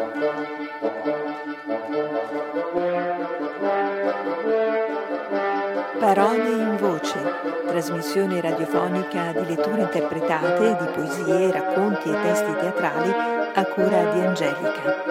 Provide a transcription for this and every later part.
Parole in voce, trasmissione radiofonica di letture interpretate di poesie, racconti e testi teatrali a cura di Angelica.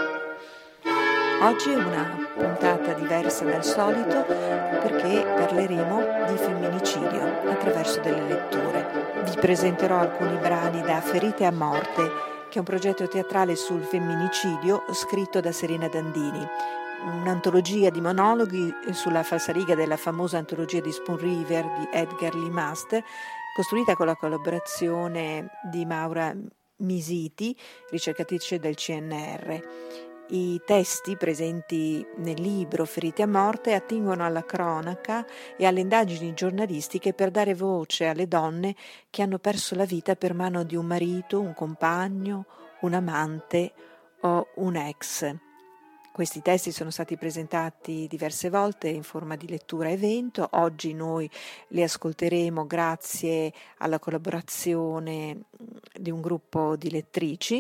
Oggi è una puntata diversa dal solito perché parleremo di femminicidio attraverso delle letture. Vi presenterò alcuni brani da Ferite a morte, che è un progetto teatrale sul femminicidio scritto da Serena Dandini. Un'antologia di monologhi sulla falsariga della famosa antologia di Spoon River di Edgar Lee Mast, costruita con la collaborazione di Maura Misiti, ricercatrice del CNR. I testi presenti nel libro Ferite a morte attingono alla cronaca e alle indagini giornalistiche per dare voce alle donne che hanno perso la vita per mano di un marito, un compagno, un amante o un ex. Questi testi sono stati presentati diverse volte in forma di lettura evento. Oggi noi li ascolteremo grazie alla collaborazione di un gruppo di lettrici.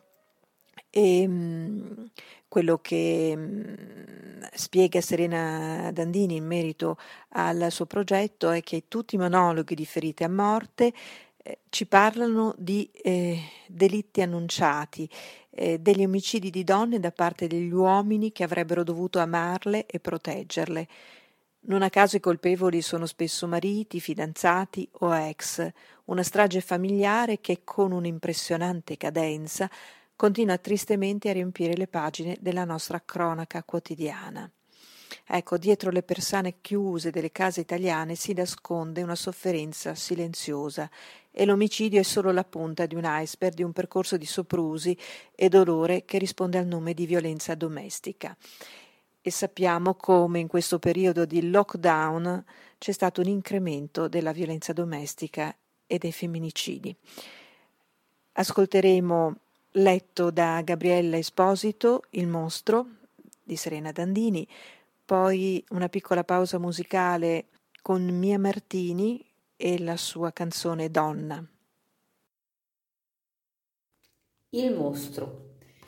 E quello che spiega Serena Dandini in merito al suo progetto è che tutti i monologhi di Ferite a morte ci parlano di delitti annunciati, degli omicidi di donne da parte degli uomini che avrebbero dovuto amarle e proteggerle. Non a caso i colpevoli sono spesso mariti, fidanzati o ex, una strage familiare che con un'impressionante cadenza continua tristemente a riempire le pagine della nostra cronaca quotidiana. Ecco, dietro le persone chiuse delle case italiane si nasconde una sofferenza silenziosa e l'omicidio è solo la punta di un iceberg di un percorso di soprusi e dolore che risponde al nome di violenza domestica. E sappiamo come in questo periodo di lockdown c'è stato un incremento della violenza domestica e dei femminicidi. Ascolteremo, letto da Gabriella Esposito, Il mostro di Serena Dandini, poi una piccola pausa musicale con Mia Martini e la sua canzone Donna. Il mostro.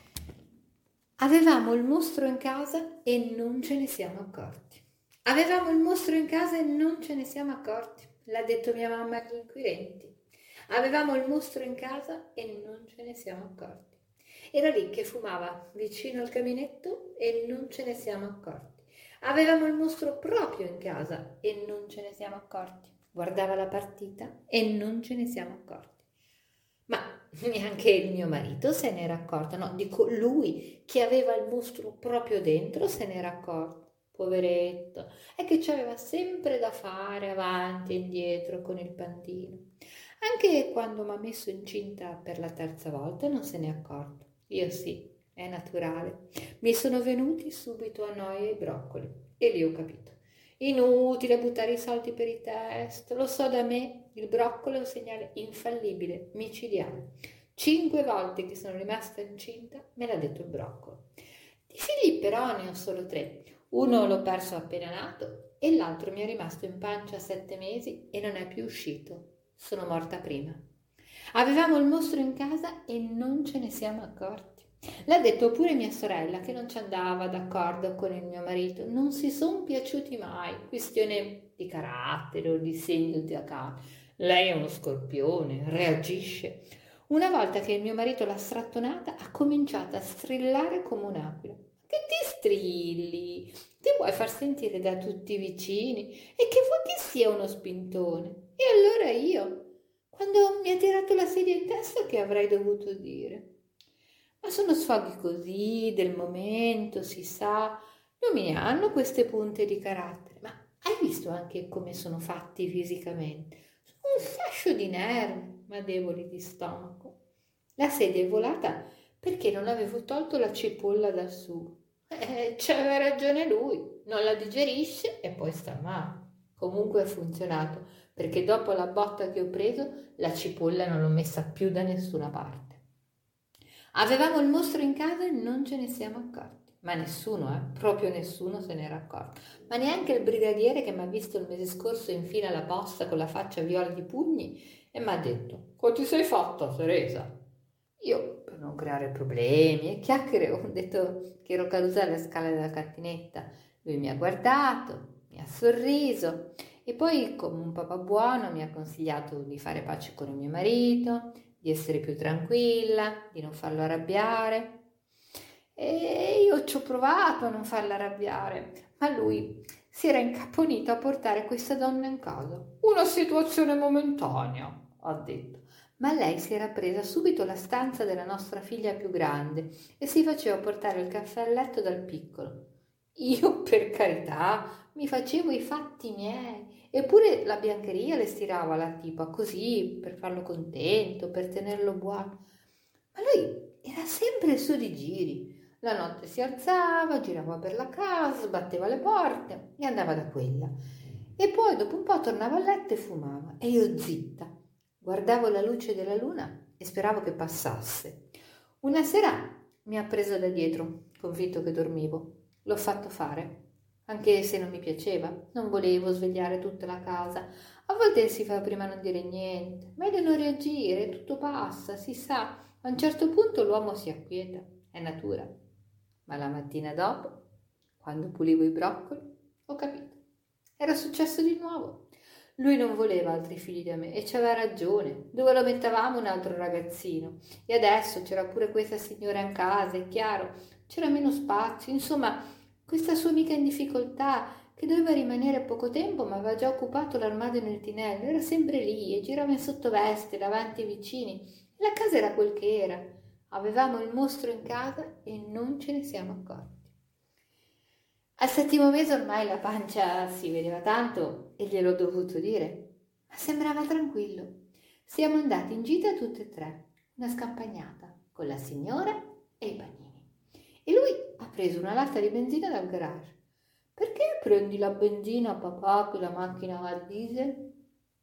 Avevamo il mostro in casa e non ce ne siamo accorti. Avevamo il mostro in casa e non ce ne siamo accorti, l'ha detto mia mamma agli inquirenti. Avevamo il mostro in casa e non ce ne siamo accorti. Era lì che fumava vicino al caminetto e non ce ne siamo accorti. Avevamo il mostro proprio in casa e non ce ne siamo accorti. Guardava la partita e non ce ne siamo accorti. Ma neanche il mio marito se n'era accorto, no, dico lui che aveva il mostro proprio dentro se n'era accorto. Poveretto, è che c'aveva sempre da fare avanti e indietro con il pantino. Anche quando mi ha messo incinta per la terza volta non se n'è accorto. Io sì, è naturale. Mi sono venuti subito a noia i broccoli e lì ho capito. Inutile buttare i soldi per i test, lo so da me, il broccolo è un segnale infallibile, micidiale. 5 volte che sono rimasta incinta me l'ha detto il broccolo. Di figli però ne ho solo 3. Uno l'ho perso appena nato e l'altro mi è rimasto in pancia 7 mesi e non è più uscito. Sono morta prima. Avevamo il mostro in casa e non ce ne siamo accorti. L'ha detto pure mia sorella che non ci andava d'accordo con il mio marito. Non si son piaciuti mai. Questione di carattere o di segno teatrale. Lei è uno scorpione, reagisce. Una volta che il mio marito l'ha strattonata ha cominciato a strillare come un'aquila. Che ti strilli? Ti vuoi far sentire da tutti i vicini? E che vuoi che sia uno spintone? E allora io, quando mi ha tirato la sedia in testa, che avrei dovuto dire? Ma sono sfoghi così, del momento, si sa. Non mi hanno queste punte di carattere. Ma hai visto anche come sono fatti fisicamente? Sono un fascio di nervi, ma deboli di stomaco. La sedia è volata perché non avevo tolto la cipolla dal sugo. C'aveva ragione lui, non la digerisce e poi sta male. Comunque ha funzionato, perché dopo la botta che ho preso, la cipolla non l'ho messa più da nessuna parte. Avevamo il mostro in casa e non ce ne siamo accorti. Ma nessuno, proprio nessuno se n'era accorto. Ma neanche il brigadiere che mi ha visto il mese scorso in fila alla posta con la faccia viola di pugni e mi ha detto: «Cosa ti sei fatta, Teresa?» Io, per non creare problemi e chiacchiere, ho detto che ero caduta alle scale della cantinetta. Lui mi ha guardato, mi ha sorriso e poi, come un papà buono, mi ha consigliato di fare pace con il mio marito, di essere più tranquilla, di non farlo arrabbiare. E io ci ho provato a non farla arrabbiare, ma lui si era incaponito a portare questa donna in casa. Una situazione momentanea, ha detto. Ma lei si era presa subito la stanza della nostra figlia più grande e si faceva portare il caffè a letto dal piccolo. Io, per carità, mi facevo i fatti miei, eppure la biancheria le stirava la tipa così, per farlo contento, per tenerlo buono. Ma lui era sempre su di giri. La notte si alzava, girava per la casa, sbatteva le porte e andava da quella. E poi dopo un po' tornava a letto e fumava. E io zitta. Guardavo la luce della luna e speravo che passasse. Una sera mi ha preso da dietro, convinto che dormivo. L'ho fatto fare, anche se non mi piaceva. Non volevo svegliare tutta la casa. A volte si fa prima non dire niente. Meglio non reagire, tutto passa, si sa. A un certo punto l'uomo si acquieta, è natura. Ma la mattina dopo, quando pulivo i broccoli, ho capito. Era successo di nuovo. Lui non voleva altri figli da me e ci aveva ragione. Dove lo mettavamo un altro ragazzino? E adesso c'era pure questa signora in casa, è chiaro, c'era meno spazio. Insomma, questa sua amica in difficoltà che doveva rimanere poco tempo ma aveva già occupato l'armadio nel tinello, era sempre lì e girava in sottoveste davanti ai vicini. E la casa era quel che era. Avevamo il mostro in casa e non ce ne siamo accorti. Al 7° mese ormai la pancia si vedeva tanto e gliel'ho dovuto dire, ma sembrava tranquillo. Siamo andati in gita tutte e tre, una scampagnata, con la signora e i panini. E lui ha preso una latta di benzina dal garage. Perché prendi la benzina, papà, che la macchina va a diesel?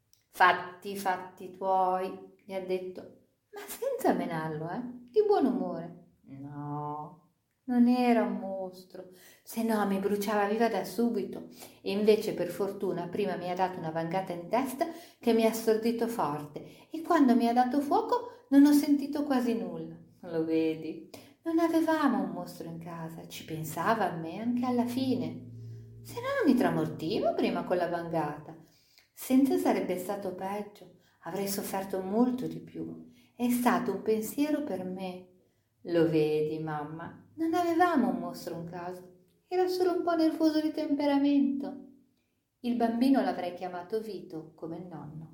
Fatti tuoi, gli ha detto, ma senza menarlo, di buon umore. No, non era un mostro, se no mi bruciava viva da subito. E invece, per fortuna, prima mi ha dato una vangata in testa che mi ha stordito forte e quando mi ha dato fuoco non ho sentito quasi nulla. Lo vedi? Non avevamo un mostro in casa, ci pensava a me anche alla fine. Se no non mi tramortivo prima con la vangata. Senza sarebbe stato peggio, avrei sofferto molto di più. È stato un pensiero per me. Lo vedi, mamma? Non avevamo un mostro in casa, era solo un po' nervoso di temperamento. Il bambino l'avrei chiamato Vito, come il nonno.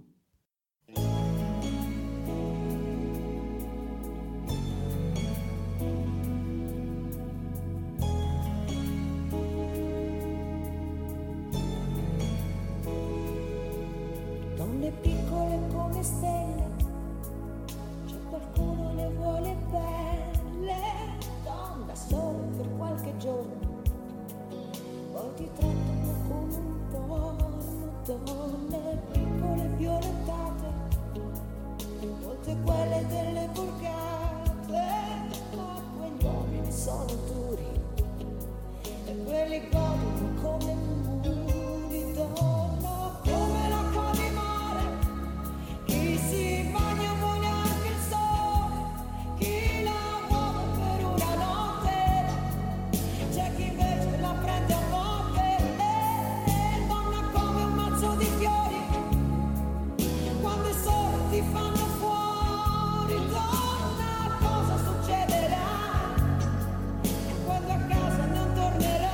Donne piccole come stelle, c'è qualcuno le vuole belle, donna solo per qualche giorno, poi ti trattano come un porno. Donne piccole violentate, molte quelle delle borgate, ma quegli uomini sono duri e quelli godono come muri. Donna come l'acqua di mare, chi si bagna vuole anche il sole, chi la vuole per una notte, c'è chi invece la prende a notte. Donna come un mazzo di fiori, quando il sole ti fanno fuori. Donna, cosa succederà quando a casa non tornerai?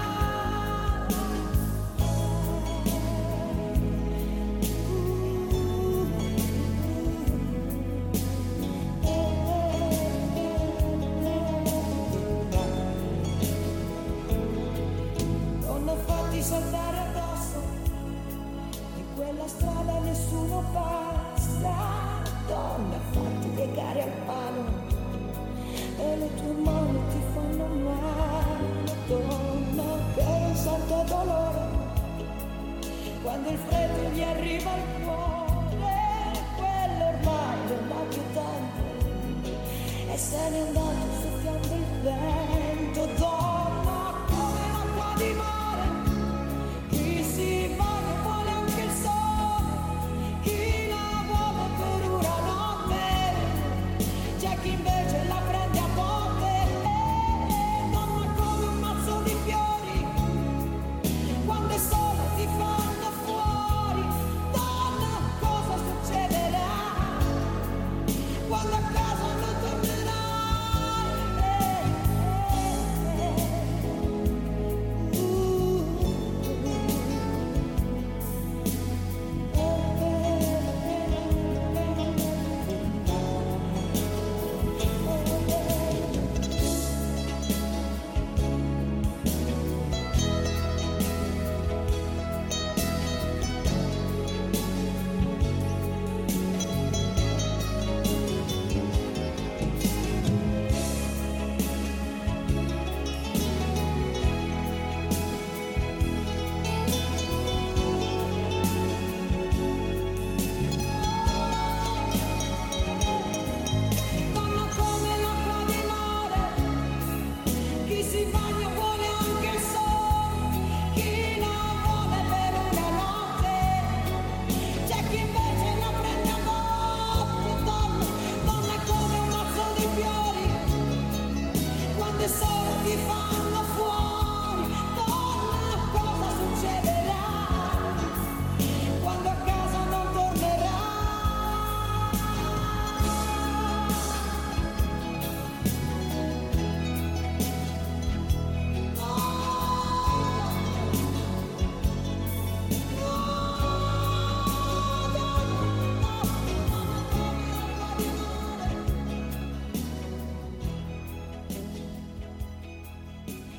Donna, fatti saltare addosso, in quella strada nessuno passa. Donna, fatti piegare al palo e le tue mani ti fanno male. Donna, per un santo dolore, quando il freddo gli arriva al cuore, quello ormai non ha più tempo e se n'è andato soffiando il vento. Donna come l'acqua di mare, chi si bagna vuole anche il sole, chi la vuole per una notte, c'è chi invece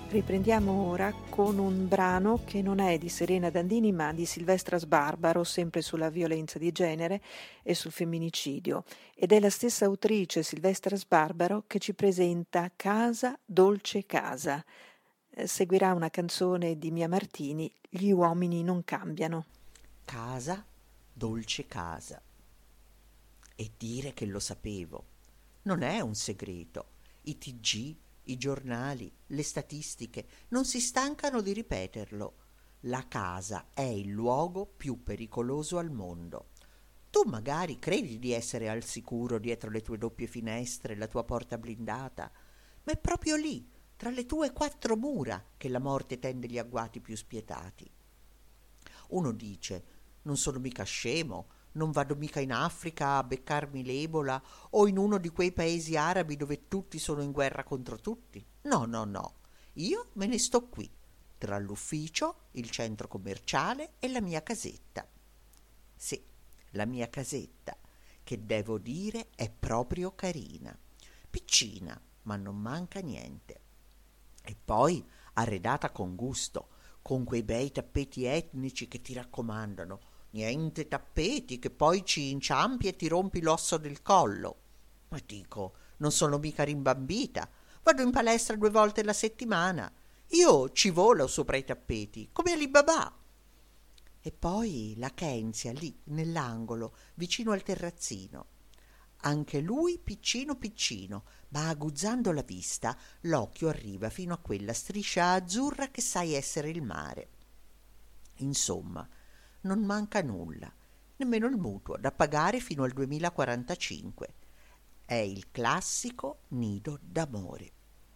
Riprendiamo ora con un brano che non è di Serena Dandini ma di Silvestra Sbarbaro, sempre sulla violenza di genere e sul femminicidio. Ed è la stessa autrice, Silvestra Sbarbaro, che ci presenta Casa, dolce casa. Seguirà una canzone di Mia Martini, Gli uomini non cambiano. Casa, dolce casa. E dire che lo sapevo. Non è un segreto. I TG, i giornali, le statistiche non si stancano di ripeterlo. La casa è il luogo più pericoloso al mondo. Tu magari credi di essere al sicuro dietro le tue doppie finestre, la tua porta blindata, ma è proprio lì, tra le tue 4 mura, che la morte tende gli agguati più spietati. Uno dice: non sono mica scemo, non vado mica in Africa a beccarmi l'Ebola o in uno di quei paesi arabi dove tutti sono in guerra contro tutti. No, no, no. Io me ne sto qui, tra l'ufficio, il centro commerciale e la mia casetta. Sì, la mia casetta, che devo dire è proprio carina. Piccina, ma non manca niente. E poi arredata con gusto, con quei bei tappeti etnici che ti raccomandano. Niente tappeti che poi ci inciampi e ti rompi l'osso del collo. Ma dico, non sono mica rimbambita. Vado in palestra 2 volte alla settimana. Io ci volo sopra i tappeti, come Alibaba. E poi la Kenzia lì, nell'angolo, vicino al terrazzino. Anche lui piccino piccino, ma aguzzando la vista, l'occhio arriva fino a quella striscia azzurra che sai essere il mare. Insomma, non manca nulla, nemmeno il mutuo da pagare fino al 2045. È il classico nido d'amore.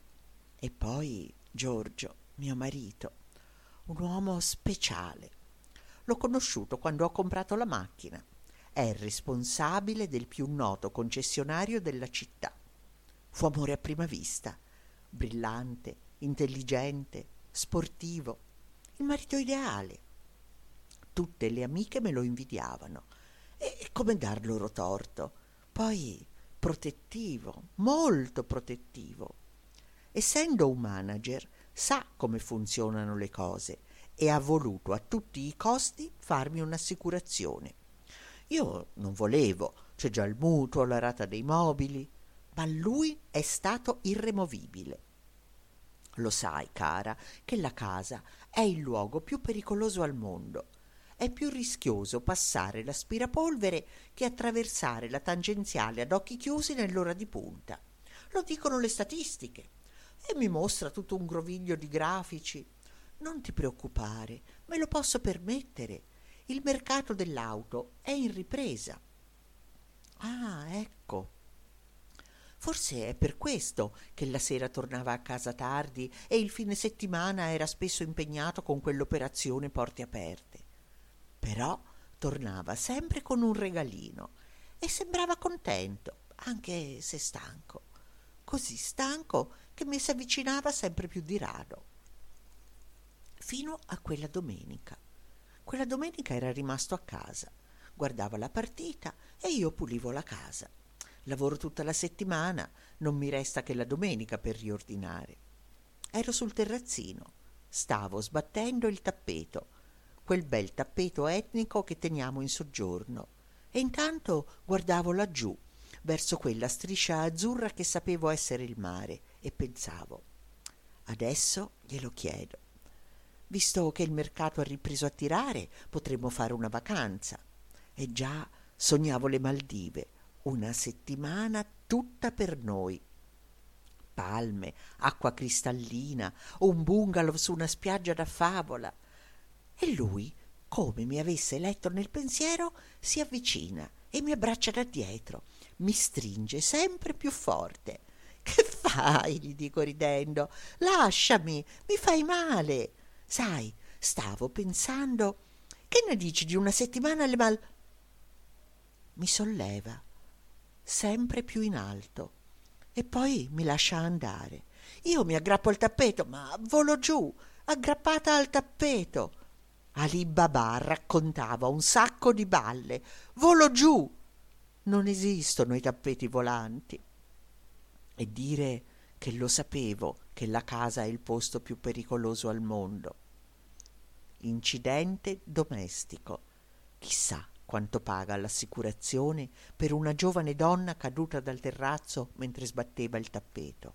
E poi Giorgio, mio marito, un uomo speciale. L'ho conosciuto quando ho comprato la macchina. È il responsabile del più noto concessionario della città. Fu amore a prima vista, brillante, intelligente, sportivo, il marito ideale. Tutte le amiche me lo invidiavano. E come dar loro torto? Poi protettivo, molto protettivo. Essendo un manager, sa come funzionano le cose e ha voluto a tutti i costi farmi un'assicurazione. Io non volevo, c'è già il mutuo, la rata dei mobili, ma lui è stato irremovibile. Lo sai, cara, che la casa è il luogo più pericoloso al mondo. È più rischioso passare l'aspirapolvere che attraversare la tangenziale ad occhi chiusi nell'ora di punta. Lo dicono le statistiche. E mi mostra tutto un groviglio di grafici. Non ti preoccupare, me lo posso permettere. Il mercato dell'auto è in ripresa. Ah, ecco. Forse è per questo che la sera tornava a casa tardi e il fine settimana era spesso impegnato con quell'operazione porte aperte. Però tornava sempre con un regalino e sembrava contento, anche se stanco. Così stanco che mi si avvicinava sempre più di rado. Fino a quella domenica. Quella domenica era rimasto a casa, guardava la partita e io pulivo la casa. Lavoro tutta la settimana, non mi resta che la domenica per riordinare. Ero sul terrazzino, stavo sbattendo il tappeto, quel bel tappeto etnico che teniamo in soggiorno, e intanto guardavo laggiù, verso quella striscia azzurra che sapevo essere il mare, e pensavo: adesso glielo chiedo. Visto che il mercato ha ripreso a tirare, potremmo fare una vacanza. E già sognavo le Maldive, una settimana tutta per noi. Palme, acqua cristallina, un bungalow su una spiaggia da favola. E lui, come mi avesse letto nel pensiero, si avvicina e mi abbraccia da dietro, mi stringe sempre più forte. «Che fai?» gli dico ridendo. «Lasciami, mi fai male!» Sai, stavo pensando, che ne dici di una settimana alle Mi solleva, sempre più in alto, e poi mi lascia andare. Io mi aggrappo al tappeto, ma volo giù, aggrappata al tappeto. Ali Baba raccontava un sacco di balle. Volo giù. Non esistono i tappeti volanti. E dire che lo sapevo, che che la casa è il posto più pericoloso al mondo. Incidente domestico. Chissà quanto paga l'assicurazione per una giovane donna caduta dal terrazzo mentre sbatteva il tappeto.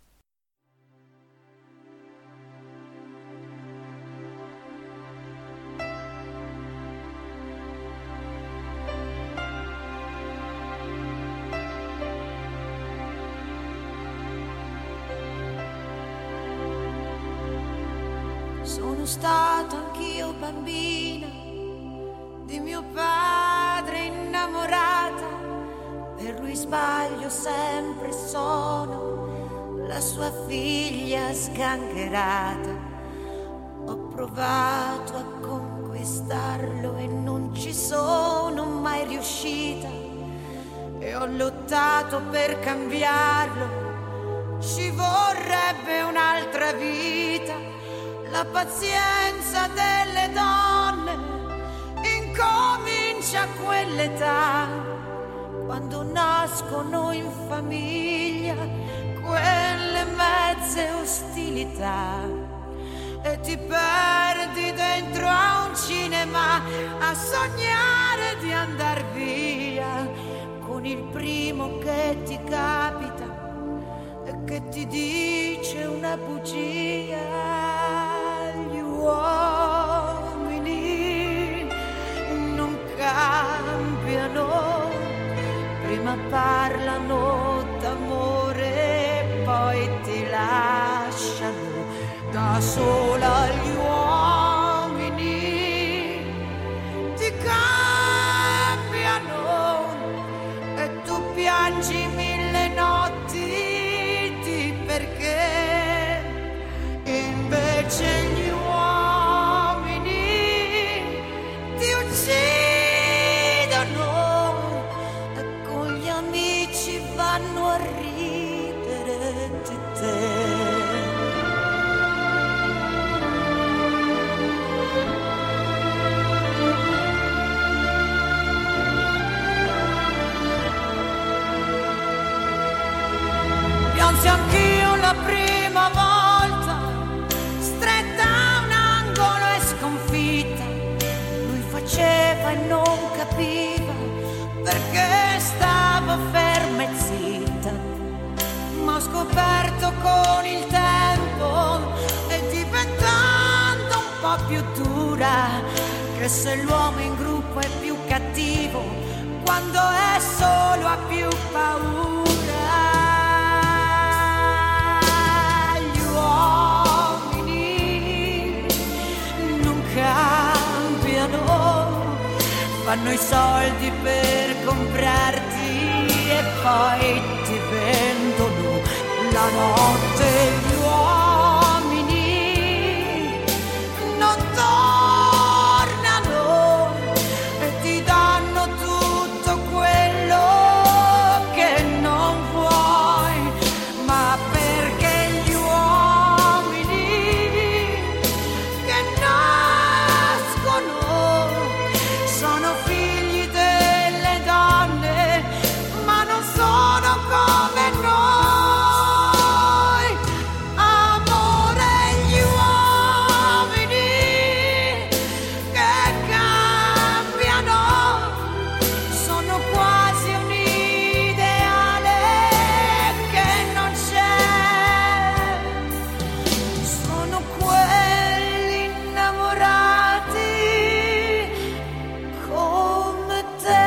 Sono stata anch'io bambina di mio padre innamorata, per lui sbaglio sempre, sono la sua figlia sgangherata. Ho provato a conquistarlo e non ci sono mai riuscita, e ho lottato per cambiarlo, ci vorrebbe un'altra vita. La pazienza delle donne incomincia a quell'età, quando nascono in famiglia quelle mezze ostilità, e ti perdi dentro a un cinema a sognare di andar via con il primo che ti capita e che ti dice una bugia. Gli uomini non cambiano, prima parlano d'amore, poi ti lasciano da sola. Gli uomini ti cambiano e tu piangi mille notti di perché, invece gli uomini ti uccidono e con gli amici vanno a ridere di te. Piansi anch'io la prima volta, stretta a un angolo e sconfitta. Lui faceva e non capiva perché stavo ferma e zitta. Ma ho scoperto con il tempo, e diventando un po' più dura, che se l'uomo in gruppo è più cattivo, quando è solo ha più paura. Fanno i soldi per comprarti e poi ti vendono la notte. Gli uomini non tornano e ti danno tutto quello che non vuoi, ma perché gli uomini che nascono sono figli delle donne, ma non sono come noi. Amore, gli uomini che cambiano sono quasi un ideale che non c'è. Sono quelli innamorati come te.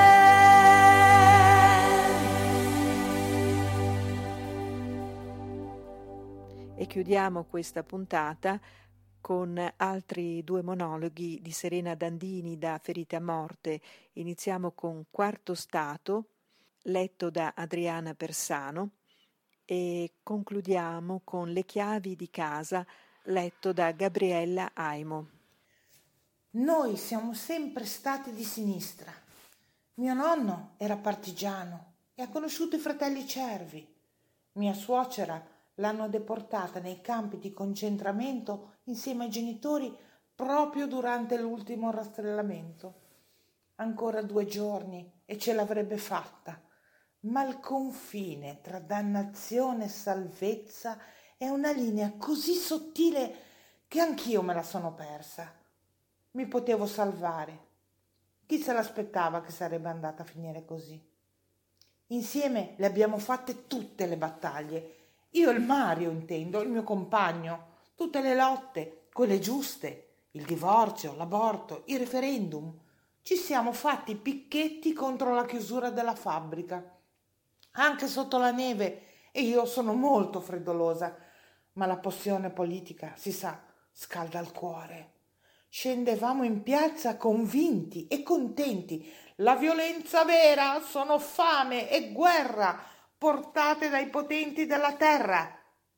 E chiudiamo questa puntata con altri due monologhi di Serena Dandini da Ferite a morte. Iniziamo con Quarto Stato, letto da Adriana Persano, e concludiamo con Le chiavi di casa, letto da Gabriella Aimo. Noi siamo sempre stati di sinistra. Mio nonno era partigiano e ha conosciuto i fratelli Cervi. Mia suocera l'hanno deportata nei campi di concentramento insieme ai genitori proprio durante l'ultimo rastrellamento. Ancora 2 giorni e ce l'avrebbe fatta, ma il confine tra dannazione e salvezza È una linea così sottile che anch'io me la sono persa. Mi potevo salvare. Chi se l'aspettava che sarebbe andata a finire così? Insieme le abbiamo fatte tutte le battaglie. Io e il Mario, intendo, il mio compagno. Tutte le lotte, quelle giuste. Il divorzio, l'aborto, il referendum. Ci siamo fatti picchetti contro la chiusura della fabbrica. Anche sotto la neve, e io sono molto freddolosa, ma la passione politica, si sa, scalda il cuore. Scendevamo in piazza convinti e contenti. La violenza vera sono fame e guerra portate dai potenti della terra.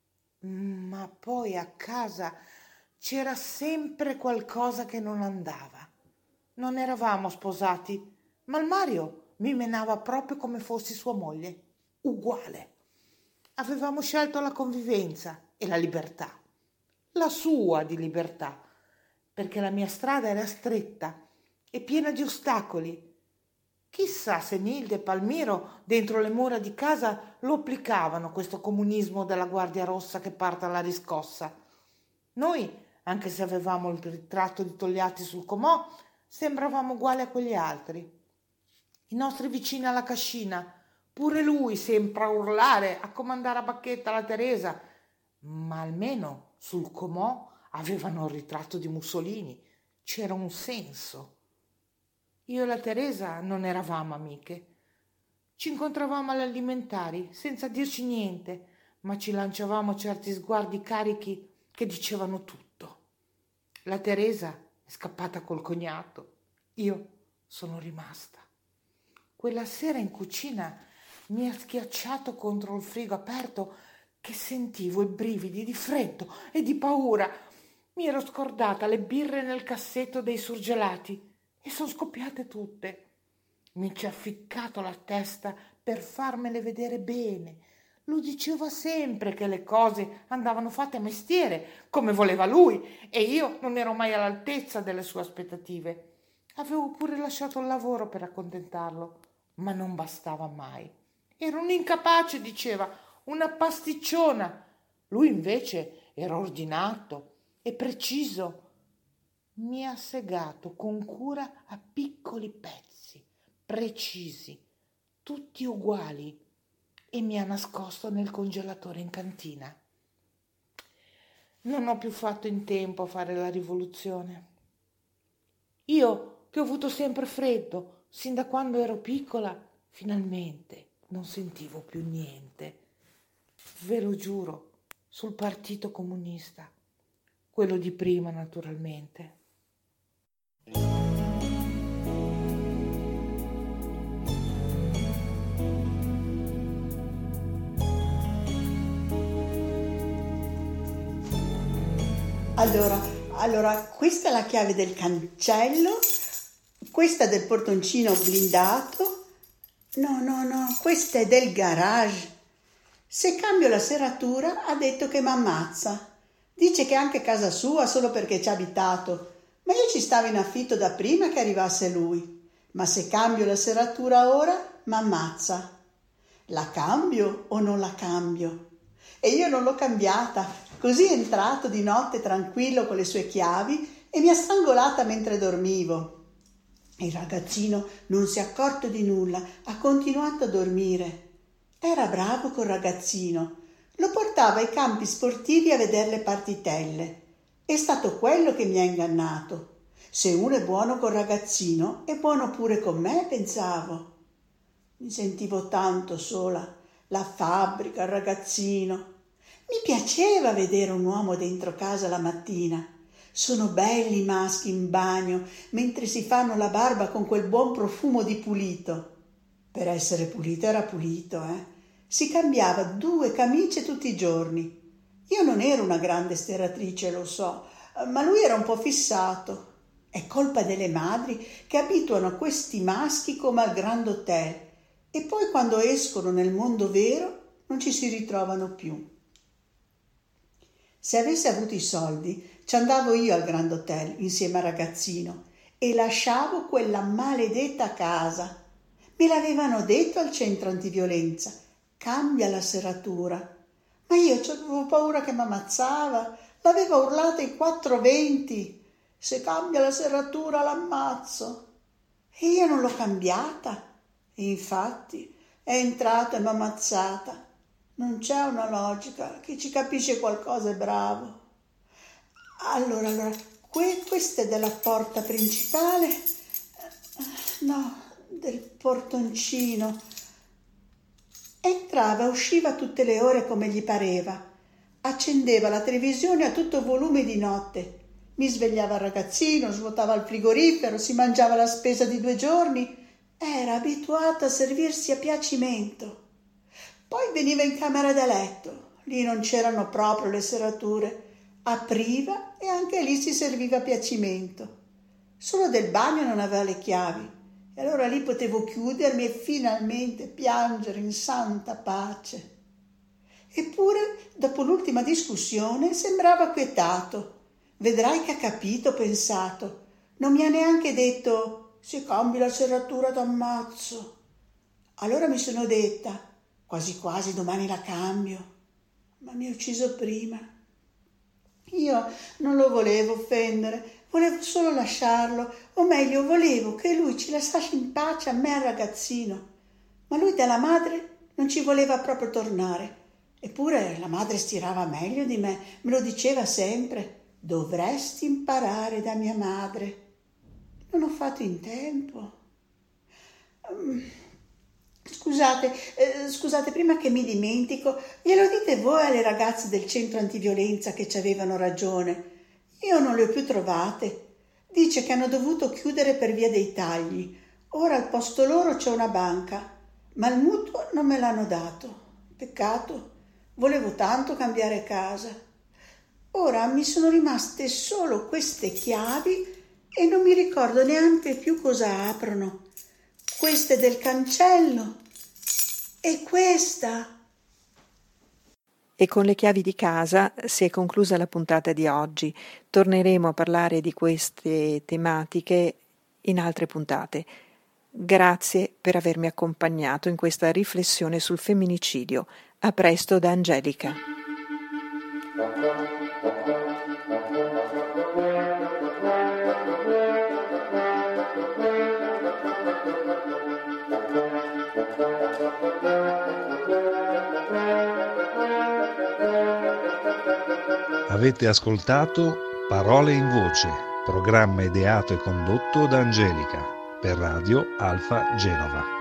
Ma poi a casa c'era sempre qualcosa che non andava. Non eravamo sposati, ma il Mario mi menava proprio come fossi sua moglie, uguale. Avevamo scelto la convivenza e la libertà, la sua di libertà, perché la mia strada era stretta e piena di ostacoli. Chissà se Nilde e Palmiro dentro le mura di casa lo applicavano questo comunismo della Guardia Rossa che parte alla riscossa. Noi, anche se avevamo il ritratto di Togliatti sul comò, sembravamo uguali a quegli altri. I nostri vicini alla cascina, pure lui sempre a urlare, a comandare a bacchetta la Teresa, ma almeno sul comò avevano il ritratto di Mussolini, c'era un senso. Io e la Teresa non eravamo amiche. Ci incontravamo alle alimentari senza dirci niente, ma ci lanciavamo certi sguardi carichi che dicevano tutto. La Teresa è scappata col cognato, io sono rimasta. Quella sera in cucina mi ha schiacciato contro il frigo aperto che sentivo i brividi di freddo e di paura. Mi ero scordata le birre nel cassetto dei surgelati e sono scoppiate tutte. Mi ci ha ficcato la testa per farmele vedere bene. Lo diceva sempre che le cose andavano fatte a mestiere, come voleva lui, e io non ero mai all'altezza delle sue aspettative. Avevo pure lasciato il lavoro per accontentarlo, ma non bastava mai. Ero un'incapace, diceva, una pasticciona. Lui invece era ordinato e preciso. Mi ha segato con cura a piccoli pezzi, precisi, tutti uguali, e mi ha nascosto nel congelatore in cantina. Non ho più fatto in tempo a fare la rivoluzione. Io, che ho avuto sempre freddo, sin da quando ero piccola, finalmente non sentivo più niente. Ve lo giuro, sul Partito Comunista, quello di prima naturalmente. Allora, questa è la chiave del cancello, questa del portoncino blindato. No, questa è del garage. Se cambio la serratura ha detto che m'ammazza. Dice che anche casa sua solo perché ci ha abitato, ma io ci stavo in affitto da prima che arrivasse lui. Ma se cambio la serratura ora, m'ammazza. La cambio o non la cambio? E io non l'ho cambiata. Così è entrato di notte tranquillo con le sue chiavi e mi ha strangolata mentre dormivo. Il ragazzino non si è accorto di nulla, ha continuato a dormire. Era bravo col ragazzino, lo portava ai campi sportivi a vedere le partitelle. È stato quello che mi ha ingannato. Se uno è buono col ragazzino, è buono pure con me, pensavo. Mi sentivo tanto sola, la fabbrica, il ragazzino. Mi piaceva vedere un uomo dentro casa la mattina. Sono belli i maschi in bagno mentre si fanno la barba con quel buon profumo di pulito. Per essere pulito era pulito, Si cambiava 2 camicie tutti i giorni. Io non ero una grande stiratrice, lo so, ma lui era un po' fissato. È colpa delle madri che abituano questi maschi come al Grand Hotel e poi quando escono nel mondo vero non ci si ritrovano più. Se avessi avuto i soldi, ci andavo io al Grand Hotel insieme al ragazzino e lasciavo quella maledetta casa. Me l'avevano detto al centro antiviolenza, cambia la serratura. Ma io avevo paura che mi ammazzava, l'aveva urlata in 420. Se cambia la serratura l'ammazzo. E io non l'ho cambiata. E infatti è entrata e mi ha ammazzata. Non c'è una logica. Chi ci capisce qualcosa è bravo. Allora, questa è della porta principale. No, del portoncino. Entrava e usciva tutte le ore come gli pareva. Accendeva la televisione a tutto volume di notte. Mi svegliava il ragazzino, svuotava il frigorifero, si mangiava la spesa di 2 giorni. Era abituata a servirsi a piacimento. Poi veniva in camera da letto. Lì non c'erano proprio le serrature. Apriva e anche lì si serviva a piacimento. Solo del bagno non aveva le chiavi. E allora lì potevo chiudermi e finalmente piangere in santa pace. Eppure, dopo l'ultima discussione, sembrava quietato. Vedrai che ha capito, ho pensato. Non mi ha neanche detto, se cambi la serratura t'ammazzo. Allora mi sono detta, quasi quasi domani la cambio. Ma mi ha ucciso prima. Io non lo volevo offendere. Volevo solo lasciarlo, o meglio, volevo che lui ci lasciasse in pace a me e al ragazzino. Ma lui dalla madre non ci voleva proprio tornare. Eppure la madre stirava meglio di me, me lo diceva sempre. Dovresti imparare da mia madre. Non ho fatto in tempo. Scusate, prima che mi dimentico, glielo dite voi alle ragazze del centro antiviolenza che ci avevano ragione. Io non le ho più trovate. Dice che hanno dovuto chiudere per via dei tagli. Ora al posto loro c'è una banca, ma il mutuo non me l'hanno dato. Peccato, volevo tanto cambiare casa. Ora mi sono rimaste solo queste chiavi e non mi ricordo neanche più cosa aprono. Queste del cancello e questa. E con le chiavi di casa si è conclusa la puntata di oggi. Torneremo a parlare di queste tematiche in altre puntate. Grazie per avermi accompagnato in questa riflessione sul femminicidio. A presto da Angelica. Avete ascoltato Parole in Voce, programma ideato e condotto da Angelica per Radio Alfa Genova.